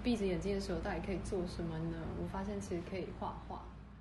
闭着眼睛的时候到底可以做什么呢？我发现其实可以画画。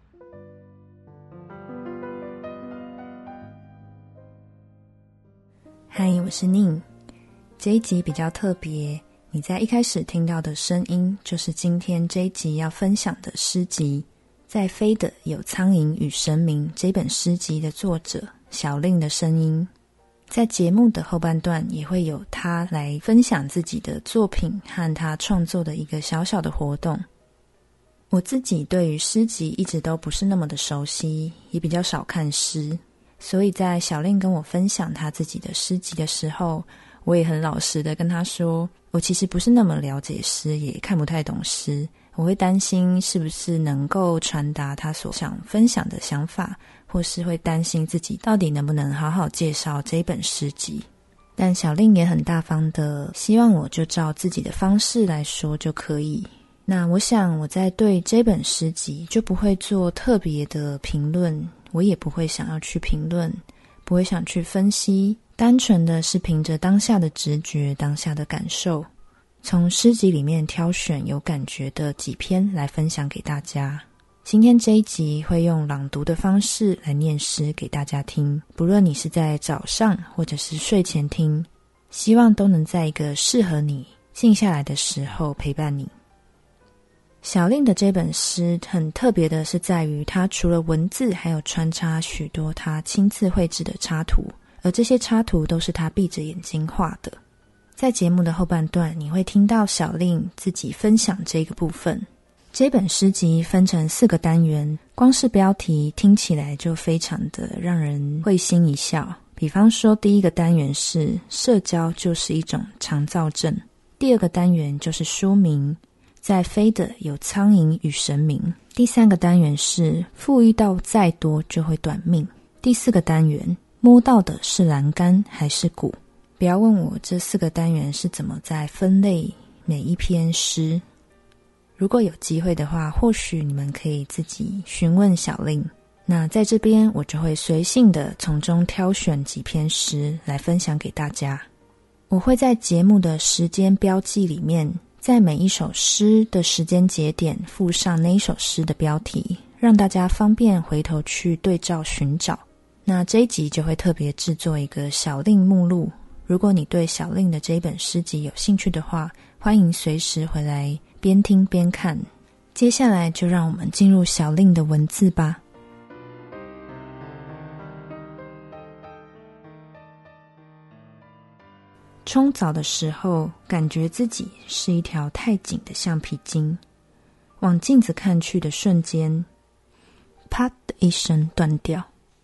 嗨，我是宁。这一集比较特别，你在一开始听到的声音就是今天这一集要分享的诗集，在飞的有苍蝇与神明这本诗集的作者小令的声音。在节目的后半段也会有他来分享自己的作品和他创作的一个小小的活动。我自己对于诗集一直都不是那么的熟悉，也比较少看诗，所以在小令跟我分享他自己的诗集的时候，我也很老实的跟他说，我其实不是那么了解诗，也看不太懂诗，我会担心是不是能够传达他所想分享的想法，或是会担心自己到底能不能好好介绍这一本诗集。但小令也很大方的希望我就照自己的方式来说就可以。那我想我在对这本诗集就不会做特别的评论，我也不会想要去评论，不会想去分析，单纯的是凭着当下的直觉，当下的感受，从诗集里面挑选有感觉的几篇来分享给大家。今天这一集会用朗读的方式来念诗给大家听，不论你是在早上或者是睡前听，希望都能在一个适合你静下来的时候陪伴你。小令的这本诗很特别的是在于，它除了文字还有穿插许多他亲自绘制的插图，而这些插图都是他闭着眼睛画的。在节目的后半段你会听到小令自己分享这个部分。这本诗集分成4个单元，光是标题听起来就非常的让人会心一笑。比方说第一个单元是社交就是一种长照症，第二个单元就是书名在飞的有苍蝇与神明，第3个单元是富裕到再多就会短命，第4个单元摸到的是栏杆还是鼓。不要问我这4个单元是怎么在分类每一篇诗，如果有机会的话，或许你们可以自己询问小令。那在这边我就会随性的从中挑选几篇诗来分享给大家。我会在节目的时间标记里面，在每一首诗的时间节点附上那一首诗的标题，让大家方便回头去对照寻找。那这一集就会特别制作一个小令目录，如果你对小令的这一本诗集有兴趣的话，欢迎随时回来边听边看。接下来就让我们进入小令的文字吧。冲澡的时候，感觉自己是一条太紧的橡皮筋，往镜子看去的瞬间，啪的一声断掉。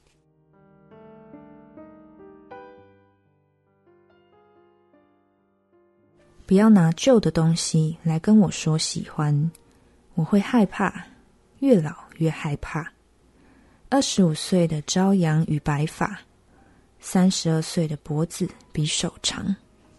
不要拿旧的东西来跟我说喜欢，我会害怕，越老越害怕。25岁的朝阳与白发，32岁的脖子比手长。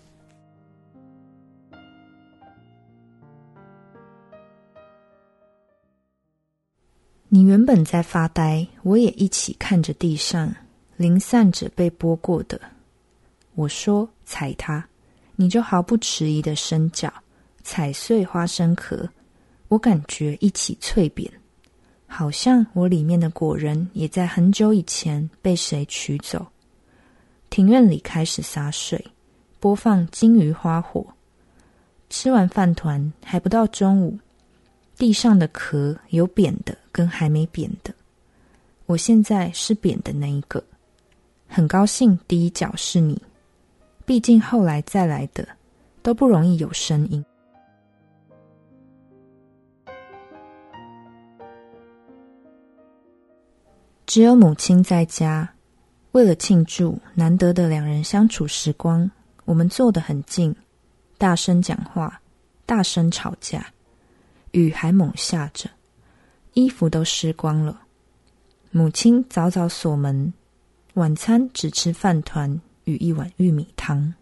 你原本在发呆，我也一起看着地上零散着被剥过的。我说踩它，你就毫不迟疑的伸脚踩碎花生壳，我感觉一起脆扁，好像我里面的果仁也在很久以前被谁取走。庭院里开始洒水，播放金鱼花火。吃完饭团还不到中午，地上的壳有扁的跟还没扁的，我现在是扁的那一个。很高兴第一脚是你，毕竟后来再来的都不容易有声音。只有母亲在家，为了庆祝难得的2人相处时光，我们坐得很近，大声讲话，大声吵架，雨还猛下着，衣服都湿光了。母亲早早锁门，晚餐只吃饭团与1碗玉米汤。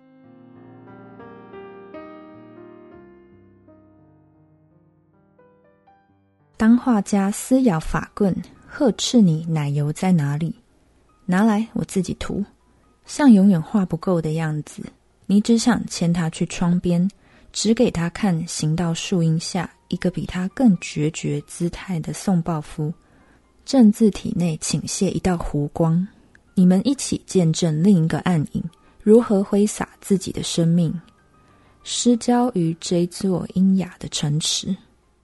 当画家撕咬法棍，呵斥你奶油在哪里，拿来我自己涂，像永远画不够的样子。你只想牵他去窗边， 指给他看行到树荫下一个比他更决绝姿态的宋抱夫，正自体内倾泻一道弧光。你们一起见证另一个暗影如何挥洒自己的生命，失焦于这座阴雅的城池。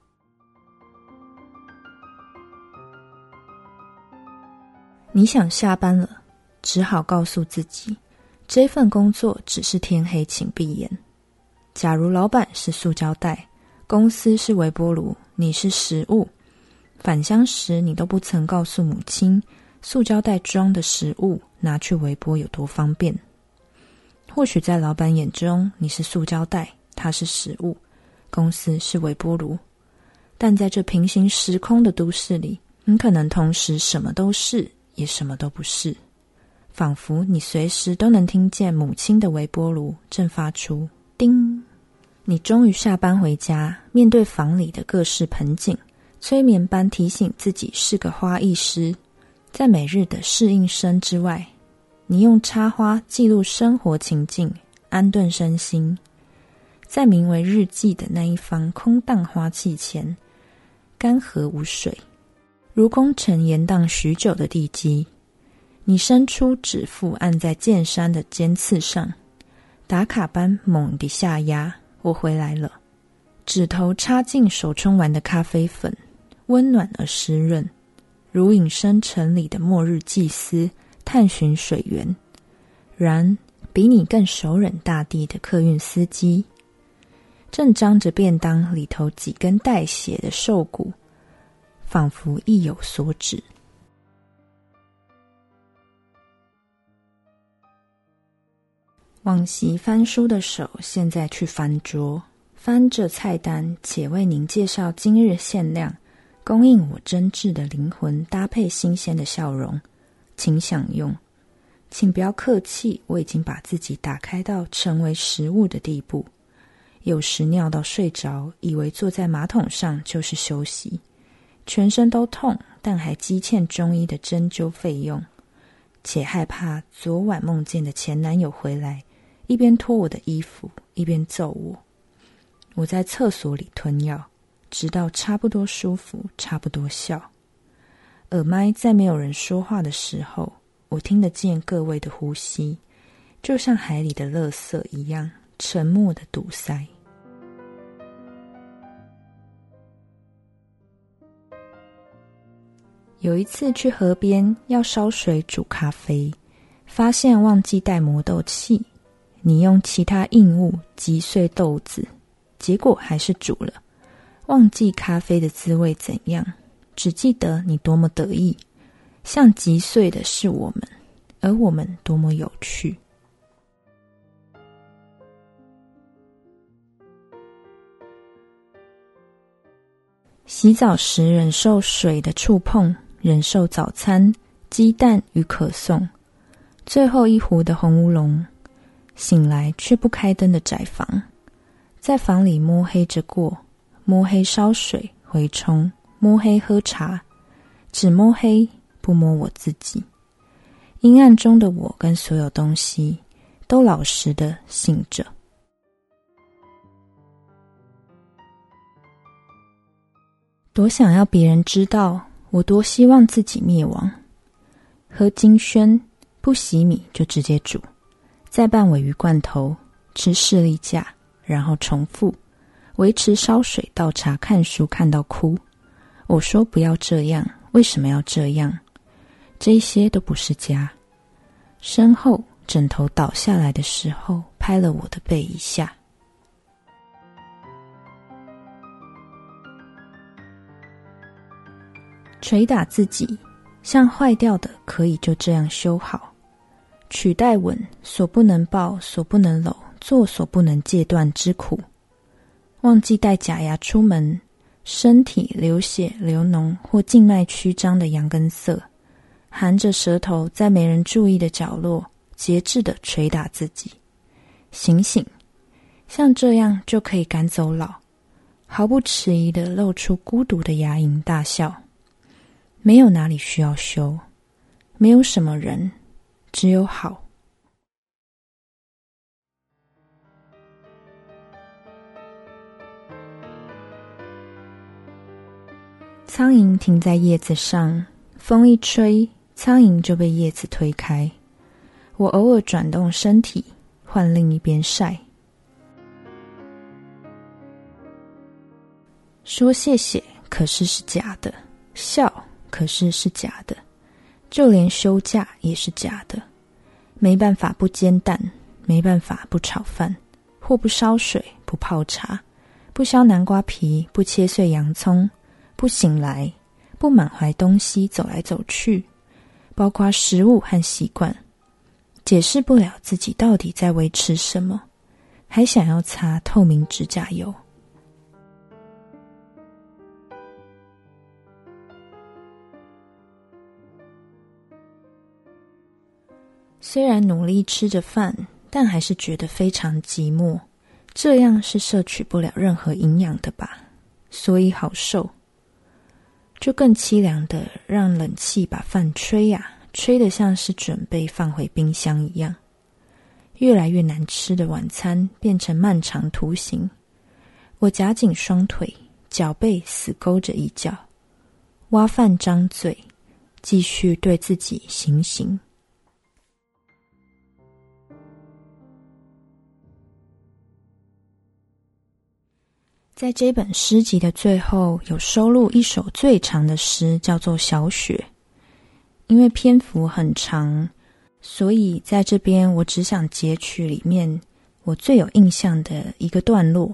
你想下班了，只好告诉自己，这份工作只是天黑请闭眼。假如老板是塑胶袋，公司是微波炉，你是食物，返乡时你都不曾告诉母亲，塑胶袋装的食物拿去微波有多方便。或许在老板眼中，你是塑胶袋，他是食物，公司是微波炉，但在这平行时空的都市里，你可能同时什么都是，也什么都不是。仿佛你随时都能听见母亲的微波炉正发出叮。你终于下班回家，面对房里的各式盆景，催眠般提醒自己是个花艺师。在每日的适应声之外，你用插花记录生活情境，安顿身心。在名为日记的那一方空荡花器前，干涸无水，如工程延宕许久的地基。你伸出指腹按在剑山的尖刺上，打卡般猛地下压，我回来了。指头插进手冲完的咖啡粉，温暖而湿润，如隐深城里的末日祭司探寻水源。然比你更熟稔大地的客运司机，正张着便当里头几根带血的瘦骨，仿佛意有所指。往昔翻书的手，现在去翻桌，翻着菜单，且为您介绍今日限量，供应我真挚的灵魂搭配新鲜的笑容，请享用。请不要客气，我已经把自己打开到成为食物的地步。有时尿到睡着，以为坐在马桶上就是休息，全身都痛，但还积欠中医的针灸费用，且害怕昨晚梦见的前男友回来，一边脱我的衣服，一边揍我。我在厕所里吞药，直到差不多舒服，差不多笑。耳麦在没有人说话的时候，我听得见各位的呼吸，就像海里的垃圾一样，沉默的堵塞。有一次去河边要烧水煮咖啡，发现忘记带磨豆器，你用其他硬物击碎豆子，结果还是煮了。忘记咖啡的滋味怎样，只记得你多么得意，像击碎的是我们，而我们多么有趣。洗澡时忍受水的触碰，忍受早餐、鸡蛋与可颂，最后一壶的红乌龙。醒来却不开灯的窄房，在房里摸黑着过，摸黑烧水回冲，摸黑喝茶，只摸黑不摸我自己。阴暗中的我跟所有东西都老实的醒着。多想要别人知道，我多希望自己灭亡。喝金萱，不洗米就直接煮，再拌鲔鱼罐头，吃士力架，然后重复，维持烧水倒茶看书看到哭。我说不要这样，为什么要这样？这些都不是家。身后枕头倒下来的时候，拍了我的背一下。捶打自己，像坏掉的可以就这样修好。取代吻，所不能抱，所不能搂，做所不能戒断之苦。忘记带假牙出门，身体流血流脓或静脉曲张的羊羹色，含着舌头在没人注意的角落节制地捶打自己。醒醒，像这样就可以赶走老，毫不迟疑地露出孤独的牙龈大笑。没有哪里需要修，没有什么人，只有好。 ， 苍蝇停在叶子上，风一吹，苍蝇就被叶子推开。我偶尔转动身体，换另一边晒。说谢谢，可是是假的；笑，可是是假的；就连休假也是假的。没办法不煎蛋，没办法不炒饭，或不烧水，不泡茶，不削南瓜皮，不切碎洋葱，不醒来，不满怀东西走来走去，包括食物和习惯，解释不了自己到底在维持什么，还想要擦透明指甲油。虽然努力吃着饭，但还是觉得非常寂寞，这样是摄取不了任何营养的吧，所以好瘦。就更凄凉的让冷气把饭吹啊，吹得像是准备放回冰箱一样。越来越难吃的晚餐变成漫长图形。我夹紧双腿，脚背死勾着一角，挖饭张嘴，继续对自己行刑。在这本诗集的最后，有收录一首最长的诗，叫做《小雪》。因为篇幅很长，所以在这边我只想截取里面我最有印象的一个段落。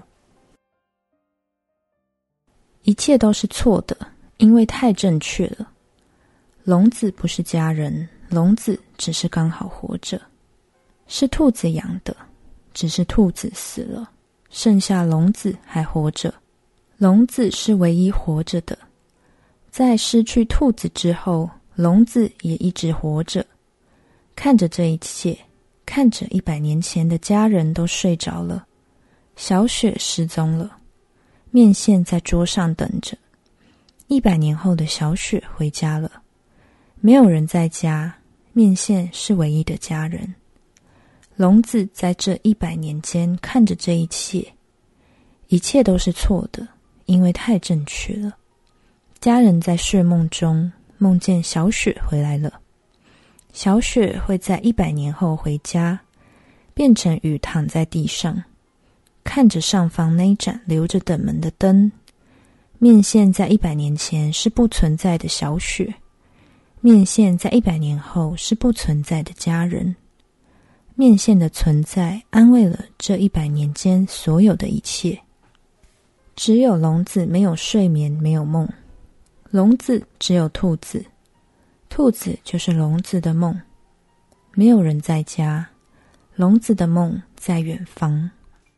一切都是错的，因为太正确了。聋子不是家人，聋子只是刚好活着。是兔子养的，只是兔子死了，剩下聋子还活着。聋子是唯一活着的。在失去兔子之后，聋子也一直活着，看着这一切，看着100年前的家人都睡着了，小雪失踪了，面线在桌上等着。100年后的小雪回家了，没有人在家，面线是唯一的家人。聋子在这100年间看着这一切，一切都是错的，因为太正确了。家人在睡梦中梦见小雪回来了，小雪会在100年后回家，变成雨躺在地上，看着上方那一盏留着等门的灯。面线在100年前是不存在的小雪，面线在100年后是不存在的家人。面线的存在安慰了这100年间所有的一切。只有聋子没有睡眠，没有梦。聋子只有兔子，兔子就是聋子的梦。没有人在家，聋子的梦在远方。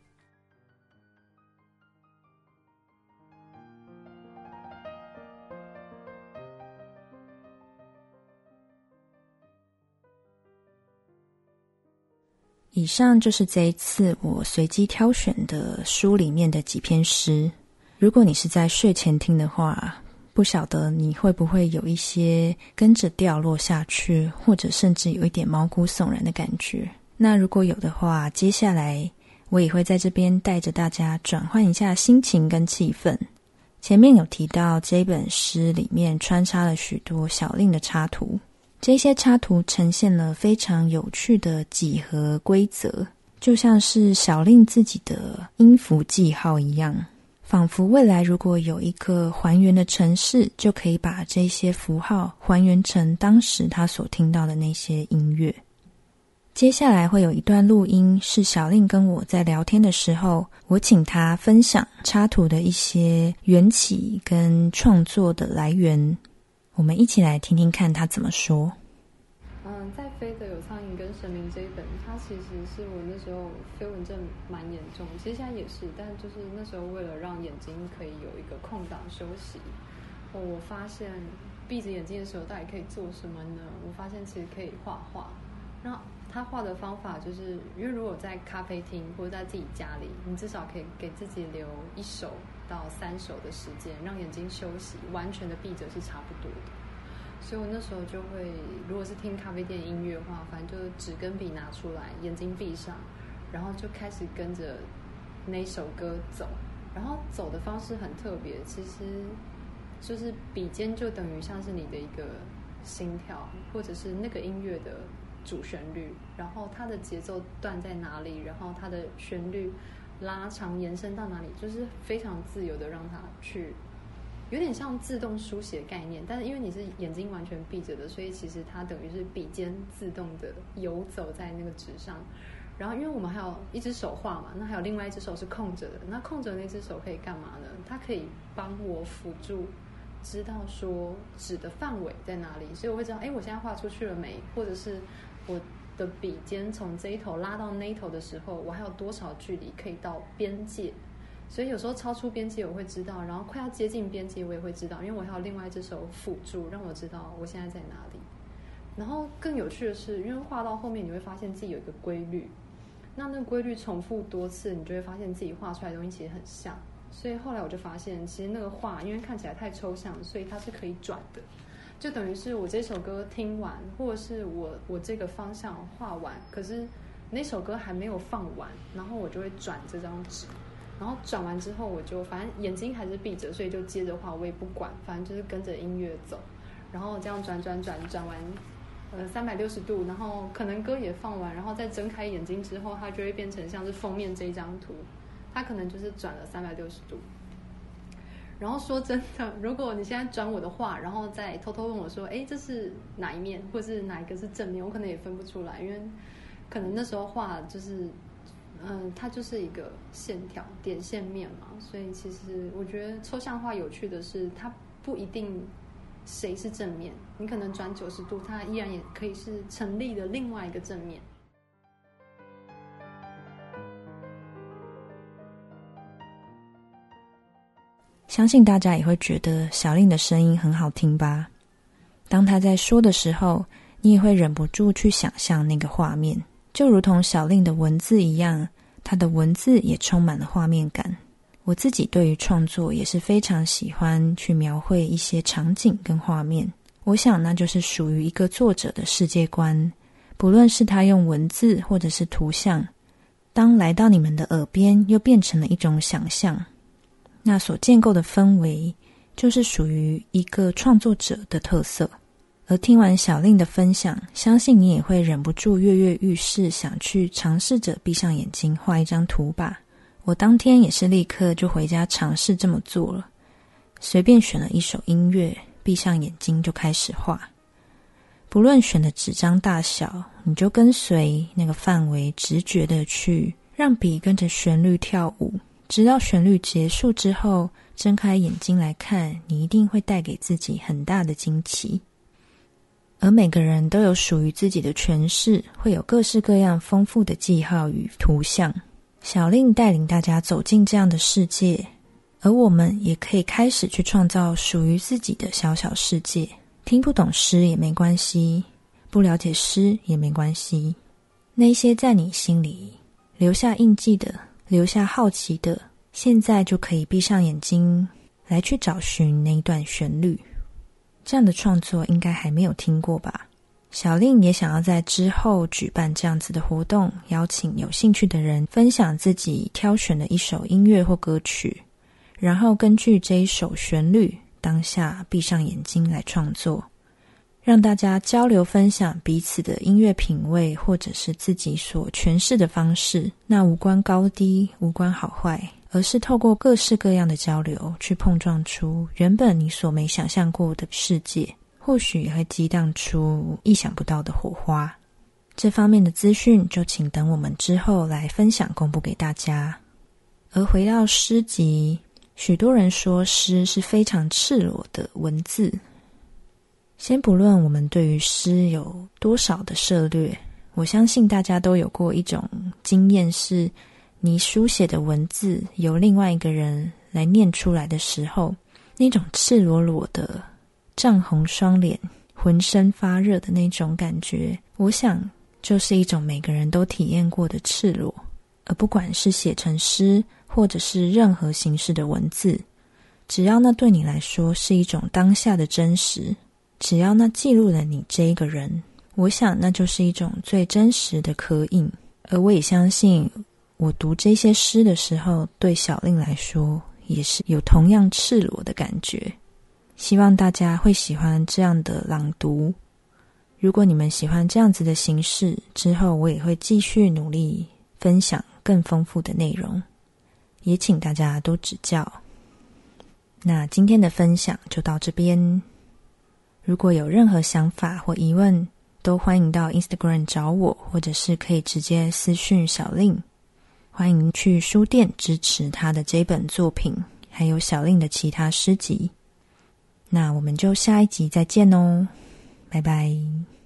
以上就是这一次我随机挑选的书里面的几篇诗。如果你是在睡前听的话，不晓得你会不会有一些跟着掉落下去，或者甚至有一点毛骨悚然的感觉。那如果有的话，接下来我也会在这边带着大家转换一下心情跟气氛。前面有提到这本诗里面穿插了许多小令的插图，这些插图呈现了非常有趣的几何规则，就像是小令自己的音符记号一样，仿佛未来如果有一个还原的程式，就可以把这些符号还原成当时他所听到的那些音乐。接下来会有一段录音，是小令跟我在聊天的时候，我请他分享插图的一些缘起跟创作的来源。我们一起来听听看他怎么说。 在飞的有苍蝇跟神明这一本，它其实是我那时候飞蚊症蛮严重，其实现在也是，但就是那时候为了让眼睛可以有一个空档休息，我发现闭着眼睛的时候到底可以做什么呢？我发现其实可以画画。那他画的方法就是，因为如果在咖啡厅或者在自己家里，你至少可以给自己留1手到3手的时间，让眼睛休息，完全的闭着是差不多的。所以我那时候就会，如果是听咖啡店音乐的话，反正就纸跟笔拿出来，眼睛闭上，然后就开始跟着那首歌走。然后走的方式很特别，其实就是笔尖就等于像是你的一个心跳，或者是那个音乐的主旋律，然后它的节奏段在哪里，然后它的旋律拉长延伸到哪里，就是非常自由的让它去，有点像自动书写概念，但是因为你是眼睛完全闭着的，所以其实它等于是笔尖自动的游走在那个纸上。然后因为我们还有一只手画嘛，那还有另外一只手是空着的，那空着那只手可以干嘛呢？它可以帮我辅助知道说纸的范围在哪里，所以我会知道我现在画出去了没，或者是我的笔尖从这一头拉到那一头的时候，我还有多少距离可以到边界。所以有时候超出边界我会知道，然后快要接近边界我也会知道，因为我还有另外一只手辅助让我知道我现在在哪里。然后更有趣的是，因为画到后面你会发现自己有一个规律，那个规律重复多次，你就会发现自己画出来的东西其实很像。所以后来我就发现，其实那个画因为看起来太抽象，所以它是可以转的，就等于是我这首歌听完，或者是我这个方向画完，可是那首歌还没有放完，然后我就会转这张纸，然后转完之后我就反正眼睛还是闭着，所以就接着画，我也不管，反正就是跟着音乐走，然后这样转完360度，然后可能歌也放完，然后再睁开眼睛之后，它就会变成像是封面这一张图，它可能就是转了360度。然后说真的，如果你现在转我的画，然后再偷偷问我说这是哪一面，或是哪一个是正面，我可能也分不出来，因为可能那时候画就是它就是一个线条点线面嘛，所以其实我觉得抽象画有趣的是它不一定谁是正面，你可能转90度，它依然也可以是成立的另外一个正面。 相信大家也会觉得小令的声音很好听吧？当他在说的时候，你也会忍不住去想象那个画面，就如同小令的文字一样，他的文字也充满了画面感。我自己对于创作也是非常喜欢去描绘一些场景跟画面，我想那就是属于一个作者的世界观，不论是他用文字或者是图像，当来到你们的耳边又变成了一种想象，那所建构的氛围就是属于一个创作者的特色。而听完小令的分享，相信你也会忍不住跃跃欲试，想去尝试着闭上眼睛画一张图吧。我当天也是立刻就回家尝试这么做了，随便选了一首音乐，闭上眼睛就开始画。不论选的纸张大小，你就跟随那个范围直觉的去让笔跟着旋律跳舞，直到旋律结束之后，睁开眼睛来看，你一定会带给自己很大的惊奇。而每个人都有属于自己的诠释，会有各式各样丰富的记号与图像。小令带领大家走进这样的世界，而我们也可以开始去创造属于自己的小小世界。听不懂诗也没关系，不了解诗也没关系，那些在你心里留下印记的，留下好奇的，现在就可以闭上眼睛来去找寻那一段旋律。这样的创作应该还没有听过吧？小令也想要在之后举办这样子的活动，邀请有兴趣的人分享自己挑选的一首音乐或歌曲，然后根据这一首旋律，当下闭上眼睛来创作，让大家交流分享彼此的音乐品味，或者是自己所诠释的方式。那无关高低，无关好坏，而是透过各式各样的交流，去碰撞出原本你所没想象过的世界，或许也会激荡出意想不到的火花。这方面的资讯就请等我们之后来分享公布给大家。而回到诗集，许多人说诗是非常赤裸的文字。先不论我们对于诗有多少的涉略，我相信大家都有过一种经验，是你书写的文字由另外一个人来念出来的时候，那种赤裸裸的涨红双脸，浑身发热的那种感觉，我想就是一种每个人都体验过的赤裸。而不管是写成诗，或者是任何形式的文字，只要那对你来说是一种当下的真实，只要那记录了你这一个人，我想那就是一种最真实的刻印。而我也相信，我读这些诗的时候，对小令来说也是有同样赤裸的感觉。 希望大家会喜欢这样的朗读。如果你们喜欢这样子的形式，之后我也会继续努力分享更丰富的内容，也请大家多指教。那今天的分享就到这边，如果有任何想法或疑问，都欢迎到 Instagram 找我，或者是可以直接私讯小令。欢迎去书店支持他的这本作品，还有小令的其他诗集。那我们就下一集再见哦，拜拜。